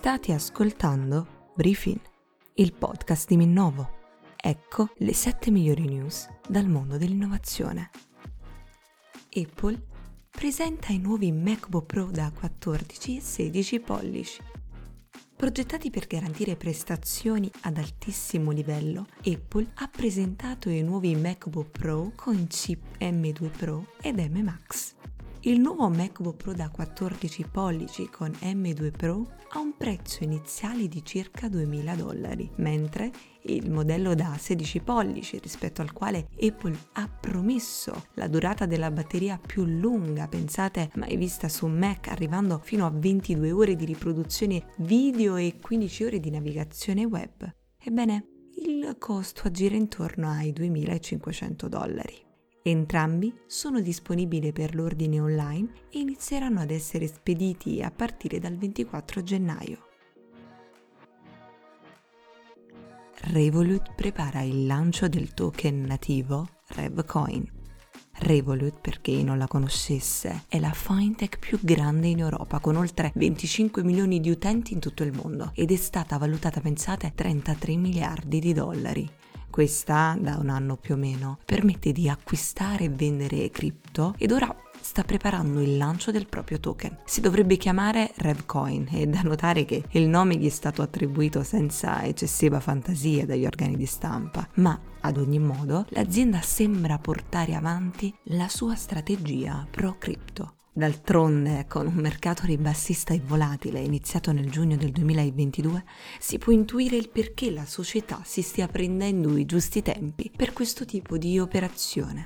State ascoltando Briefing, il podcast di Minnovo. Ecco le 7 migliori news dal mondo dell'innovazione. Apple presenta i nuovi MacBook Pro da 14 e 16 pollici. Progettati per garantire prestazioni ad altissimo livello, Apple ha presentato i nuovi MacBook Pro con chip M2 Pro ed M Max. Il nuovo MacBook Pro da 14 pollici con M2 Pro ha un prezzo iniziale di circa $2.000, mentre il modello da 16 pollici, rispetto al quale Apple ha promesso la durata della batteria più lunga, pensate, mai vista su un Mac, arrivando fino a 22 ore di riproduzione video e 15 ore di navigazione web. Ebbene, il costo aggira intorno ai $2.500. Entrambi sono disponibili per l'ordine online e inizieranno ad essere spediti a partire dal 24 gennaio. Revolut prepara il lancio del token nativo RevCoin. Revolut, per chi non la conoscesse, è la fintech più grande in Europa, con oltre 25 milioni di utenti in tutto il mondo, ed è stata valutata, pensate, $33 miliardi. Questa, da un anno più o meno, permette di acquistare e vendere cripto ed ora sta preparando il lancio del proprio token. Si dovrebbe chiamare RevCoin, e da notare che il nome gli è stato attribuito senza eccessiva fantasia dagli organi di stampa, ma ad ogni modo l'azienda sembra portare avanti la sua strategia pro-cripto. D'altronde, con un mercato ribassista e volatile iniziato nel giugno del 2022, si può intuire il perché la società si stia prendendo i giusti tempi per questo tipo di operazione.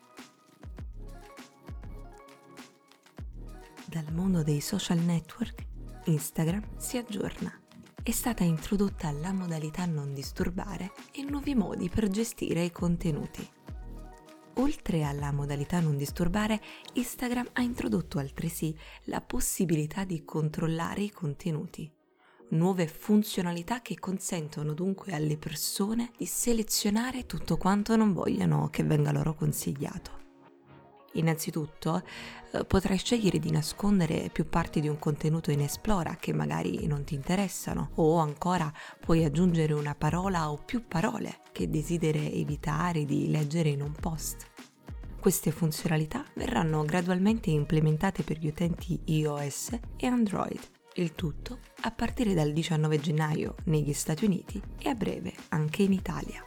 Dal mondo dei social network, Instagram si aggiorna. È stata introdotta la modalità non disturbare e nuovi modi per gestire i contenuti. Oltre alla modalità non disturbare, Instagram ha introdotto altresì la possibilità di controllare i contenuti. Nuove funzionalità che consentono dunque alle persone di selezionare tutto quanto non vogliono che venga loro consigliato. Innanzitutto, potrai scegliere di nascondere più parti di un contenuto in Esplora che magari non ti interessano, o ancora puoi aggiungere una parola o più parole che desideri evitare di leggere in un post. Queste funzionalità verranno gradualmente implementate per gli utenti iOS e Android, il tutto a partire dal 19 gennaio negli Stati Uniti e a breve anche in Italia.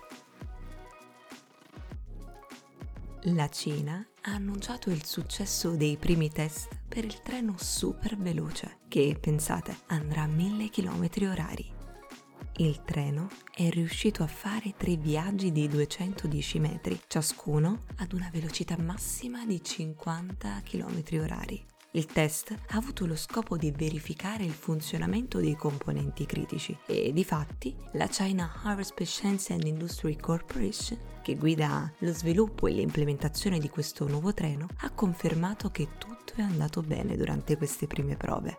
La Cina ha annunciato il successo dei primi test per il treno super veloce che, pensate, andrà a 1.000 km/h. Il treno è riuscito a fare 3 viaggi di 210 metri, ciascuno ad una velocità massima di 50 km/h. Il test ha avuto lo scopo di verificare il funzionamento dei componenti critici e, difatti, la China Aerospace Science and Industry Corporation, che guida lo sviluppo e l'implementazione di questo nuovo treno, ha confermato che tutto è andato bene durante queste prime prove.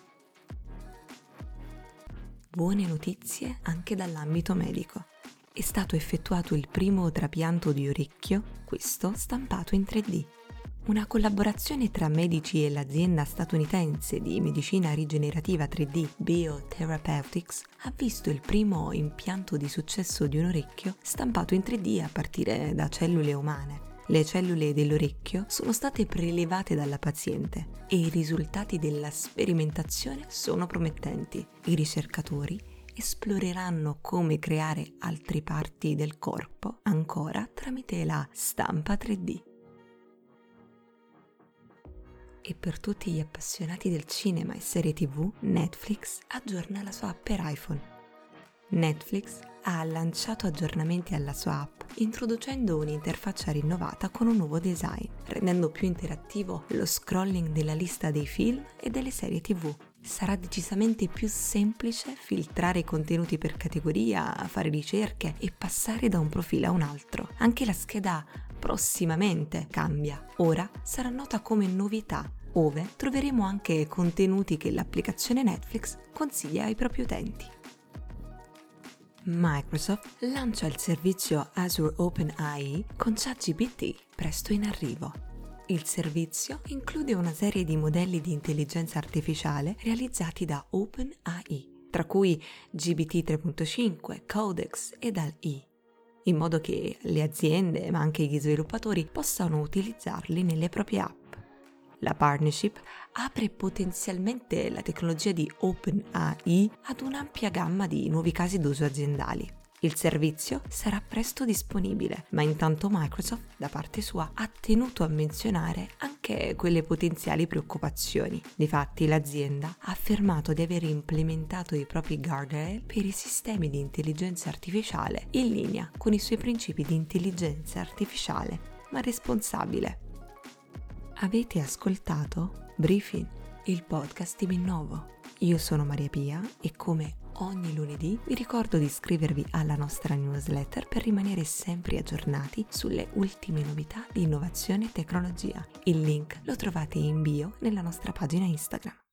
Buone notizie anche dall'ambito medico. È stato effettuato il primo trapianto di orecchio, questo stampato in 3D. Una collaborazione tra medici e l'azienda statunitense di medicina rigenerativa 3D Biotherapeutics ha visto il primo impianto di successo di un orecchio stampato in 3D a partire da cellule umane. Le cellule dell'orecchio sono state prelevate dalla paziente e i risultati della sperimentazione sono promettenti. I ricercatori esploreranno come creare altre parti del corpo ancora tramite la stampa 3D. E per tutti gli appassionati del cinema e serie TV, Netflix aggiorna la sua app per iPhone. Netflix ha lanciato aggiornamenti alla sua app, introducendo un'interfaccia rinnovata con un nuovo design, rendendo più interattivo lo scrolling della lista dei film e delle serie TV. Sarà decisamente più semplice filtrare i contenuti per categoria, fare ricerche e passare da un profilo a un altro. Anche la scheda prossimamente cambia. Ora sarà nota come novità, ove troveremo anche contenuti che l'applicazione Netflix consiglia ai propri utenti. Microsoft lancia il servizio Azure OpenAI con ChatGPT presto in arrivo. Il servizio include una serie di modelli di intelligenza artificiale realizzati da OpenAI, tra cui GPT 3.5, Codex e DALL-E, in modo che le aziende, ma anche gli sviluppatori, possano utilizzarli nelle proprie app. La partnership apre potenzialmente la tecnologia di OpenAI ad un'ampia gamma di nuovi casi d'uso aziendali. Il servizio sarà presto disponibile, ma intanto Microsoft, da parte sua, ha tenuto a menzionare anche quelle potenziali preoccupazioni. Difatti, l'azienda ha affermato di aver implementato i propri guardrail per i sistemi di intelligenza artificiale in linea con i suoi principi di intelligenza artificiale, ma responsabile. Avete ascoltato Briefing, il podcast di Minnovo. Io sono Maria Pia e come ogni lunedì vi ricordo di iscrivervi alla nostra newsletter per rimanere sempre aggiornati sulle ultime novità di innovazione e tecnologia. Il link lo trovate in bio nella nostra pagina Instagram.